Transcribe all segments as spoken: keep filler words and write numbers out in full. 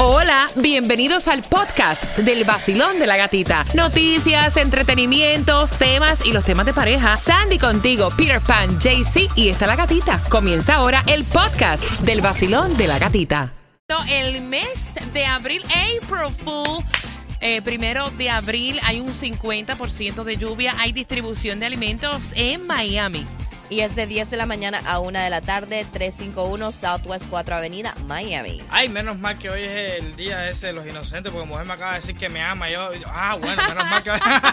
Hola, bienvenidos al podcast del Vacilón de la Gatita. Noticias, entretenimientos, temas y los temas de pareja. Sandy contigo, Peter Pan, J C y está la gatita. Comienza ahora el podcast del Vacilón de la Gatita. El mes de abril, April Fool. Eh, primero de abril hay un cincuenta por ciento de lluvia. Hay distribución de alimentos en Miami. Y es de diez de la mañana a una de la tarde, trescientos cincuenta y uno Southwest cuatro Avenida, Miami. Ay, menos mal que hoy es el día ese de los inocentes, porque mujer me acaba de decir que me ama. Yo, ah, bueno, menos mal que...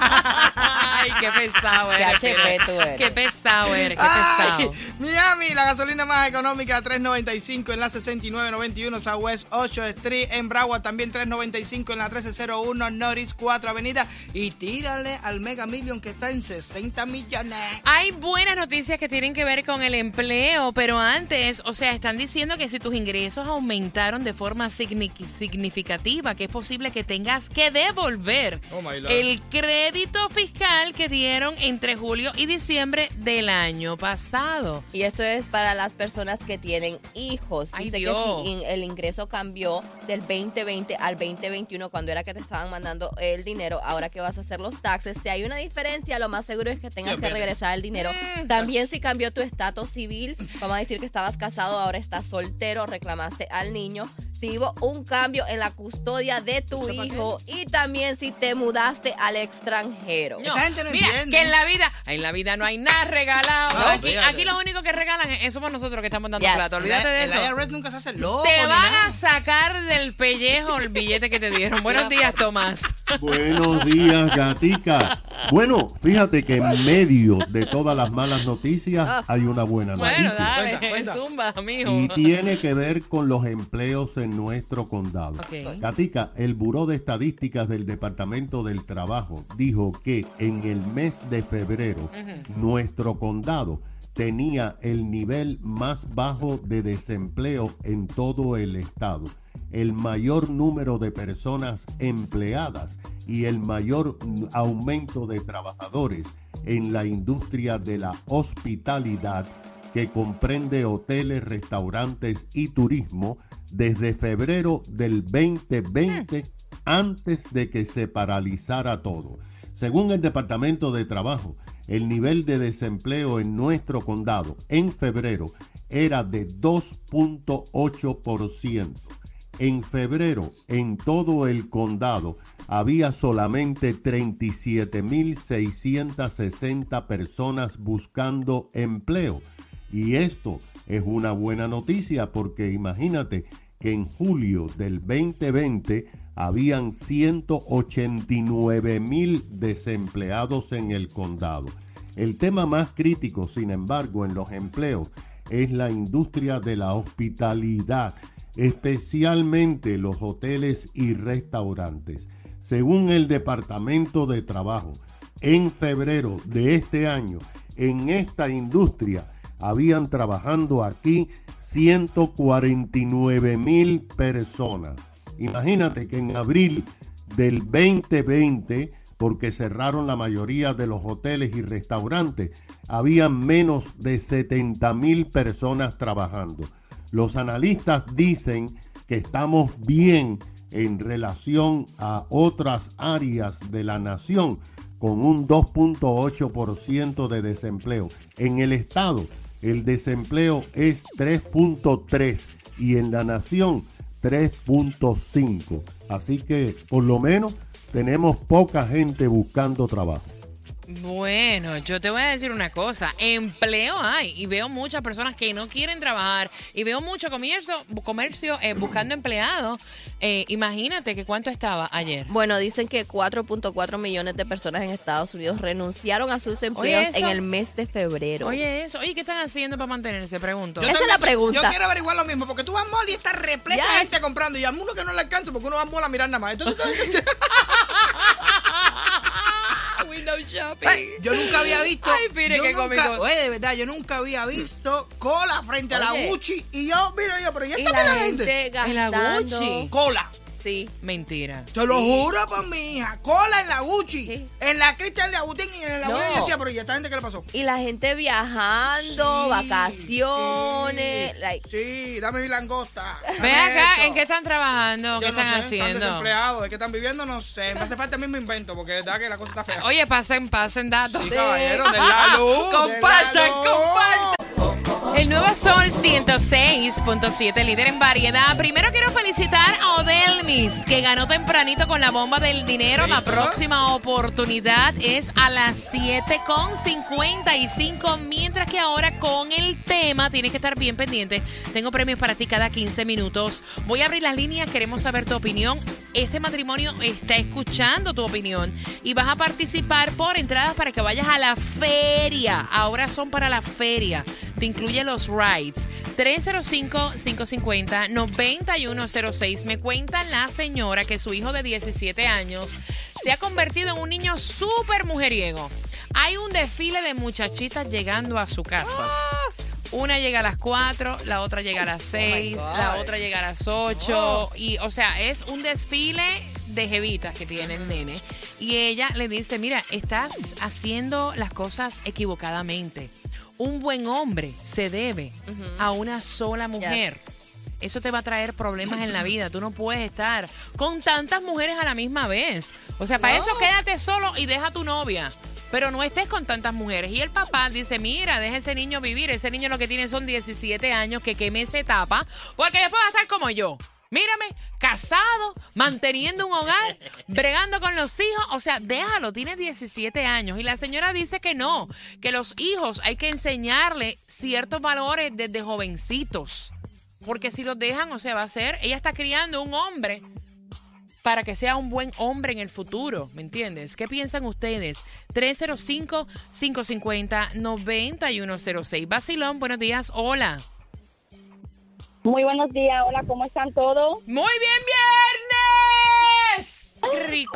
Ay, qué pesado eres. Qué H P tú eres. Qué pesado eres, qué Ay, pesado. Miami, la gasolina más económica, tres noventa y cinco en la sesenta y nueve noventa y uno Southwest ocho Street. En Broward también tres noventa y cinco en la trece cero uno Norris cuatro Avenida. Y tírale al Mega Million que está en sesenta millones. Hay buenas noticias que tienen que ver con el empleo, pero antes, o sea, están diciendo que si tus ingresos aumentaron de forma significativa, que es posible que tengas que devolver Oh my Lord. el crédito fiscal que dieron entre julio y diciembre del año pasado. Y esto es para las personas que tienen hijos. Ay, Dice Dios. que si in- el ingreso cambió del veinte veinte al veinte veintiuno, cuando era que te estaban mandando el dinero, ahora que vas a hacer los taxes, si hay una diferencia, lo más seguro es que tengas Sí, que pero- regresar el dinero. Mm, También si cambió tu estatus civil, vamos a decir que estabas casado, ahora estás soltero, reclamaste al niño. Si hubo un cambio en la custodia de tu ¿Eso para hijo y también si te mudaste al extranjero. No, Esta gente no mira, entiende. que en la vida, en la vida no hay nada regalado. No, aquí, fíjate. aquí los únicos que regalan es- somos nosotros que estamos dando Yes. plata. Olvídate de el eso. I R S nunca se hace loco. Te ni van nada. a sacar del pellejo el billete que te dieron. Buenos días, Tomás. Buenos días, gatica. Bueno, fíjate que en medio de todas las malas noticias hay una buena Bueno, noticia. dale, Cuenta, cuenta. zumba, mijo. Y tiene que ver con los empleos en nuestro condado. Ok. Gatica, el Buró de Estadísticas del Departamento del Trabajo dijo que en el mes de febrero nuestro condado tenía el nivel más bajo de desempleo en todo el estado, el mayor número de personas empleadas y el mayor mm, aumento de trabajadores en la industria de la hospitalidad, que comprende hoteles, restaurantes y turismo, desde febrero del veinte veinte, antes de que se paralizara todo. Según el Departamento de Trabajo, el nivel de desempleo en nuestro condado en febrero era de dos punto ocho por ciento. En febrero, en todo el condado, había solamente treinta y siete mil seiscientas sesenta personas buscando empleo. Y esto es una buena noticia porque imagínate que en julio del veinte veinte habían ciento ochenta y nueve mil desempleados en el condado. El tema más crítico, sin embargo, en los empleos es la industria de la hospitalidad, especialmente los hoteles y restaurantes. Según el Departamento de Trabajo, en febrero de este año, en esta industria, habían trabajando aquí ciento cuarenta y nueve mil personas. Imagínate que en abril del veinte veinte, porque cerraron la mayoría de los hoteles y restaurantes, habían menos de setenta mil personas trabajando. Los analistas dicen que estamos bien en relación a otras áreas de la nación, con un dos punto ocho por ciento de desempleo. En el estado, el desempleo es tres punto tres y en la nación tres punto cinco. Así que, por lo menos, tenemos poca gente buscando trabajo. Bueno, yo te voy a decir una cosa, empleo hay y veo muchas personas que no quieren trabajar y veo mucho comercio, comercio eh, buscando empleados. Eh, imagínate que cuánto estaba ayer. Bueno, dicen que cuatro punto cuatro millones de personas en Estados Unidos renunciaron a sus empleos eso. en el mes de febrero. Oye eso, oye, ¿qué están haciendo para mantenerse? Pregunto. Yo Esa es también- la pregunta. Yo quiero averiguar lo mismo, porque tú vas a mall y está repleta de Yes. gente comprando y a uno que no le alcanza porque uno va a mall a mirar nada más. Entonces, entonces- Window shopping. Ay, yo nunca había visto. Ay, mire yo qué nunca, cómico. oye, de verdad, yo nunca había visto cola frente a la Oye. Gucci. Y yo, mira yo, pero ya Y está la la gente. gente En la gastando. Gucci. Cola. Sí. Mentira. Te lo Sí. juro por mi hija. Cola en la Gucci, Sí. en la Christian Louboutin y en la No. Gucci. Yo decía, pero ¿y a esta gente qué le pasó? Y la gente viajando, Sí, vacaciones. Sí, like, sí, dame mi langosta. Ve dame acá, esto. ¿en qué están trabajando? ¿Qué Yo no están sé, Están haciendo? desempleados, ¿de qué están viviendo? No sé. Me hace falta el mismo invento porque es verdad que la cosa está fea. Oye, pasen, pasen datos. Sí, caballero, de la luz. Compartan, de la luz. compartan. El nuevo Sol ciento seis punto siete, líder en variedad. Primero quiero felicitar a Odelmis, que ganó tempranito con la bomba del dinero. La ¿Listo? próxima oportunidad es a las siete con cincuenta y cinco, mientras que ahora con el tema tienes que estar bien pendiente. Tengo premios para ti cada quince minutos. Voy a abrir las líneas, queremos saber tu opinión. Este matrimonio está escuchando tu opinión y vas a participar por entradas para que vayas a la feria. Ahora son para la feria. Te incluye los rides. tres cero cinco, cinco cinco cero, nueve uno cero seis. Me cuenta la señora que su hijo de diecisiete años se ha convertido en un niño súper mujeriego. Hay un desfile de muchachitas llegando a su casa. Una llega a las cuatro, la otra llega a las seis, God. la otra llega a las ocho. Y, o sea, es un desfile de jevitas que tiene el nene. Y ella le dice, mira, estás haciendo las cosas equivocadamente. Un buen hombre se debe Ujú. a una sola mujer. Eso te va a traer problemas en la vida. Tú no puedes estar con tantas mujeres a la misma vez. O sea, para No. eso quédate solo y deja a tu novia. Pero no estés con tantas mujeres. Y el papá dice, mira, deja ese niño vivir. Ese niño lo que tiene son diecisiete años, que queme esa etapa. Porque después va a estar como yo. Mírame, casado, manteniendo un hogar, bregando con los hijos. O sea, déjalo, tiene diecisiete años. Y la señora dice que no, que los hijos hay que enseñarle ciertos valores desde jovencitos. Porque si los dejan, o sea, va a ser, ella está criando un hombre para que sea un buen hombre en el futuro, ¿me entiendes? ¿Qué piensan ustedes? tres cero cinco, cinco cinco cero, nueve uno cero seis. Vacilón, buenos días, hola. Muy buenos días, hola, ¿cómo están todos? ¡Muy bien, viernes! ¡Qué rico!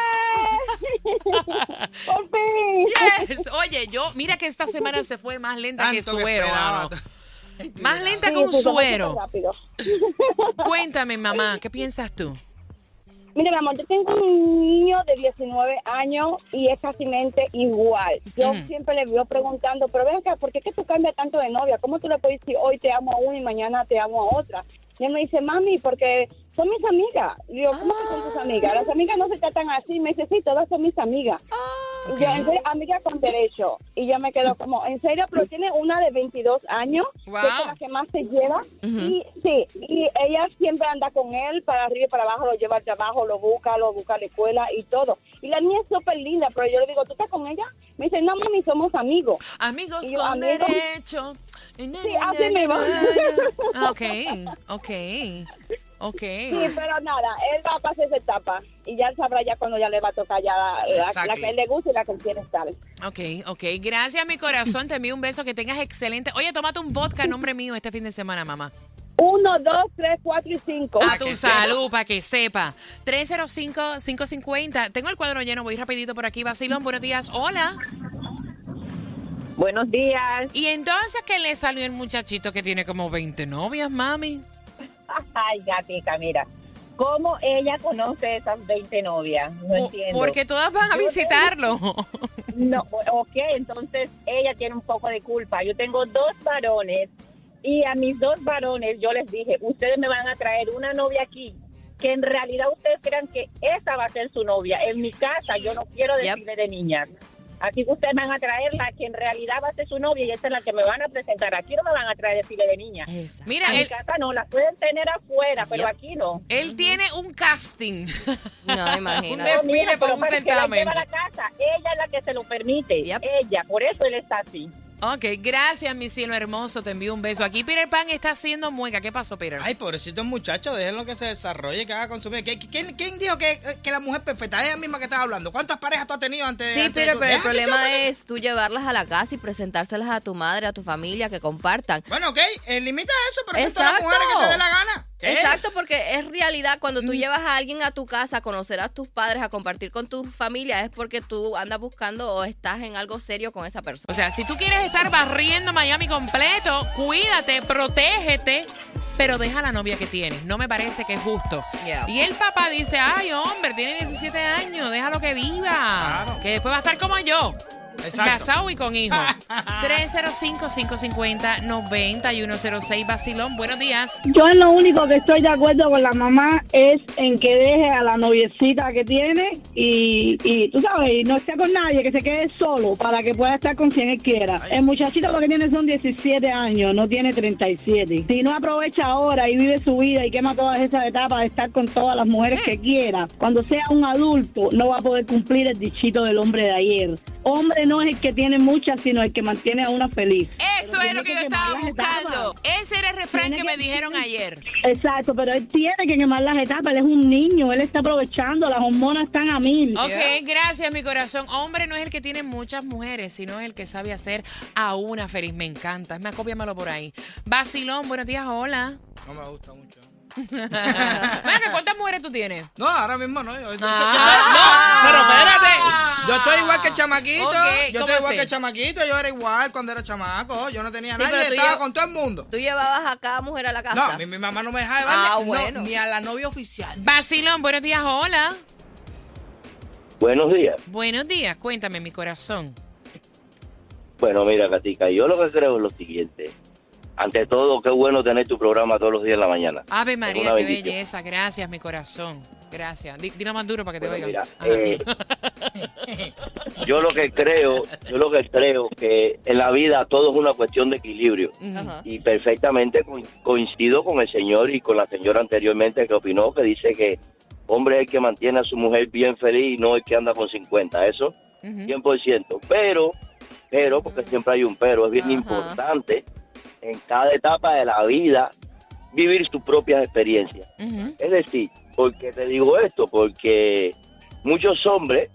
¡Por fin! Yes. Oye, yo, mira que esta semana se fue más lenta que Tanto que suero. esperaba. mano. Más lenta Sí, que un sí, se fue suero. súper rápido. Cuéntame, mamá, ¿qué piensas tú? Mira, mi amor, yo tengo un niño de diecinueve años y es casi mente igual. Yo Mm. siempre le veo preguntando, pero ven acá, ¿por qué es que tú cambias tanto de novia? ¿Cómo tú le puedes decir hoy te amo a una y mañana te amo a otra? Y él me dice, mami, porque son mis amigas. Y yo, ¿cómo que son tus amigas? Las amigas no se tratan así. Me dice, sí, todas son mis amigas. Y yo, en serio, amiga con derecho. Y yo me quedo como, en serio, pero tiene una de veintidós años, Wow. que es la que más se lleva. Ujú. Y sí, y ella siempre anda con él, para arriba y para abajo, lo lleva al trabajo, lo busca, lo busca a la escuela y todo. Y la niña es súper linda, pero yo le digo, ¿tú estás con ella? Me dice, no, mami, somos amigos. Amigos Y yo, con amigos. derecho. Sí, así mismo. Ah, ok, ok, ok. Sí, pero nada, él va a pasar esa etapa y ya él sabrá ya cuando ya le va a tocar ya la, la- Exactly. la que a él le gusta y la que él quiere estar. Ok, ok. Gracias, mi corazón. Te envío un beso. Que tengas excelente. Oye, tómate un vodka en nombre mío este fin de semana, mamá. Uno, dos, tres, cuatro y cinco. A tu que salud, para que sepa. tres cero cinco, cinco cinco cero. Tengo el cuadro lleno. Voy rapidito por aquí. Vacilón, buenos días. Hola. Buenos días. Y entonces, ¿qué le salió el muchachito que tiene como veinte novias, mami? Ay, gatica, mira. ¿Cómo ella conoce esas veinte novias? No O- entiendo. Porque todas van a Yo visitarlo. No, ok, entonces ella tiene un poco de culpa. Yo tengo dos varones y a mis dos varones yo les dije, ustedes me van a traer una novia aquí que en realidad ustedes crean que esa va a ser su novia. En mi casa yo no quiero Yep. desfile de niñas. Aquí ustedes me van a traer la que en realidad va a ser su novia y esa es la que me van a presentar. Aquí no me van a traer desfile de niñas. Esa. Mira, En mi él, casa no, las pueden tener afuera, pero Yep. aquí no. él tiene un casting. No, Un imagínate. desfile Mira, para pero un para que la certamen. lleve a la casa, ella es la que se lo permite. Yep. Ella, por eso él está así. Ok, gracias, mi cielo hermoso. Te envío un beso. Aquí Peter Pan está haciendo mueca. ¿Qué pasó, Peter? Ay, pobrecito muchacho, déjenlo que se desarrolle, que haga con su vida. ¿Qui- ¿Quién, quién dijo que, que la mujer perfecta? Ella misma que estaba hablando. ¿Cuántas parejas tú has tenido antes? Sí, antes de pero, tú? pero el Deja que ese problema hombre- es tú llevarlas a la casa y presentárselas a tu madre, a tu familia, que compartan. Bueno, ok, eh, limita eso, pero que todas las Exacto. mujeres que te dé la gana. ¿Qué? Exacto, porque es realidad. Cuando tú llevas a alguien a tu casa a conocer a tus padres, a compartir con tu familia, es porque tú andas buscando o estás en algo serio con esa persona. O sea, si tú quieres estar barriendo Miami completo, cuídate, protégete, pero deja a la novia que tienes. No me parece que es justo. Yeah. Y el papá dice, ay, hombre, tiene diecisiete años, déjalo que viva. Claro. Que después va a estar como yo. Exacto. Casado y con hijos. tres cero cinco, cinco cinco cero, nueve uno cero seis, Vacilón, buenos días. Yo en lo único que estoy de acuerdo con la mamá es en que deje a la noviecita que tiene y, y tú sabes, y no esté con nadie, que se quede solo para que pueda estar con quien él quiera. Ay, El sí. muchachito lo que tiene son diecisiete años, no tiene treinta y siete. Si no aprovecha ahora y vive su vida y quema todas esas etapas de estar con todas las mujeres que quiera, cuando sea un adulto no va a poder cumplir el dichito del hombre de ayer. Hombre no es el que tiene muchas, sino el que mantiene a una feliz. Eso Pero es lo tiene que yo que estaba quemar las buscando. etapas. Ese era el refrán Tiene que me que- dijeron ayer. Exacto, pero él tiene que quemar las etapas, él es un niño, él está aprovechando, las hormonas están a mil. Ok, gracias, mi corazón. Hombre no es el que tiene muchas mujeres, sino el que sabe hacer a una feliz. Me encanta. Es más, cópiamelo por ahí. Vacilón, buenos días, hola. No me gusta mucho. Bueno, ¿cuántas mujeres tú tienes? No, ahora mismo no. Yo, yo- yo- yo- Ah. no, pero espérate. Yo estoy igual que el chamaquito. Ok, yo ¿cómo estoy igual así? que el chamaquito. Yo era igual cuando era chamaco. Yo no tenía Sí, nadie. pero tú Estaba llev- con todo el mundo. ¿Tú llevabas a cada mujer a la No, casa? mi, mi mamá no me dejaba llevarle Ah, no, bueno. ni a la novia oficial. Vacilón, buenos días, hola. Buenos días. Buenos días, cuéntame, mi corazón. Bueno, mira, Katica, yo lo que creo es lo siguiente. Ante todo, qué bueno tener tu programa todos los días en la mañana. Ave Es María, una qué bendición. belleza. Gracias, mi corazón. Gracias. Di- Dilo más duro para que te Bueno, oigan. mira, Ajá. eh, yo lo que creo, yo lo que creo que en la vida todo es una cuestión de equilibrio. Ujú. Ajá. Y perfectamente co- coincido con el señor y con la señora anteriormente que opinó, que dice que hombre es el que mantiene a su mujer bien feliz y no el que anda con cincuenta. Eso, Ujú. cien por ciento. Pero, pero, porque siempre hay un pero, es bien Ajá. importante en cada etapa de la vida vivir sus propias experiencias. Ujú. Es decir, ¿por qué te digo esto? Porque muchos hombres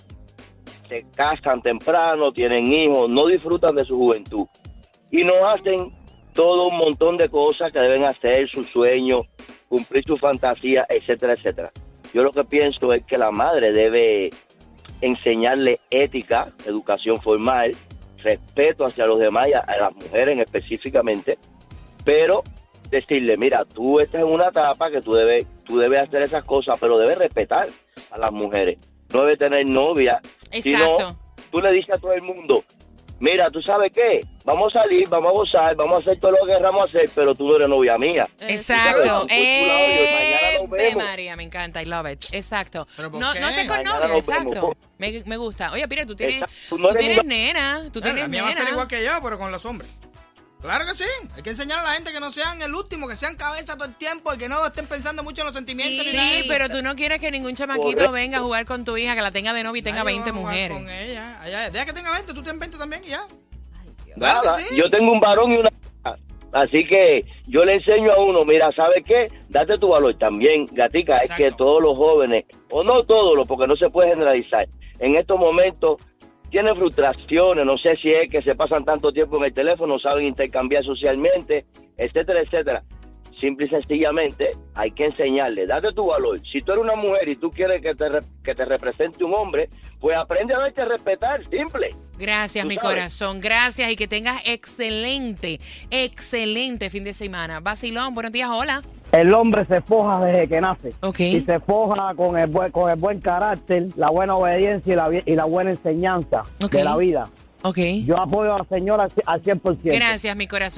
se casan temprano, tienen hijos, no disfrutan de su juventud y no hacen todo un montón de cosas que deben hacer, sus sueños, cumplir sus fantasías, etcétera, etcétera. Yo lo que pienso es que la madre debe enseñarle ética, educación formal, respeto hacia los demás y a, a las mujeres en específicamente, pero decirle, mira, tú estás en una etapa que tú debes, tú debes hacer esas cosas, pero debes respetar a las mujeres. No debes tener novia, sino Exacto. tú le dices a todo el mundo, mira, ¿tú sabes qué? Vamos a salir, vamos a gozar, vamos a hacer todo lo que queramos hacer, pero tú no eres novia mía. Exacto. Por tu lado, yo, mañana nos Ave vemos. María, me encanta, I love it. Exacto. ¿Pero por No, qué? no estés con Mañana novia, nos vemos. exacto. Me, me gusta. Oye, Pira, tú tienes, Exacto. Tú tú no eres tienes mi- nena, tú Bueno, tienes la mía nena. va a ser igual que yo, pero con los hombres. Claro que sí. Hay que enseñar a la gente que no sean el último, que sean cabeza todo el tiempo y que no estén pensando mucho en los sentimientos Sí, ni nada de Sí, eso. pero tú no quieres que ningún chamaquito Correcto. venga a jugar con tu hija, que la tenga de novia y tenga Ay, veinte vamos a jugar mujeres. Con ella. Allá, deja que tenga veinte, tú tienes veinte también y ya. Ay, Dios. Claro que Nada, sí. yo tengo un varón y una hija. Así que yo le enseño a uno, mira, ¿sabes qué? Date tu valor también, gatica. Exacto. Es que todos los jóvenes, o no todos, porque no se puede generalizar, en estos momentos tienen frustraciones, no sé si es que se pasan tanto tiempo en el teléfono, no saben intercambiar socialmente, etcétera, etcétera. Simple y sencillamente hay que enseñarle, date tu valor. Si tú eres una mujer y tú quieres que te, re- que te represente un hombre, pues aprende a darte a respetar, simple. Gracias, Tú mi sabes. corazón. Gracias y que tengas excelente, excelente fin de semana. Vacilón, buenos días, hola. El hombre se forja desde que nace. Ok. Y se forja con el buen, con el buen carácter, la buena obediencia y la, vi- y la buena enseñanza Ok. de la vida. Ok. Yo apoyo a la señora al cien por ciento. Gracias, mi corazón.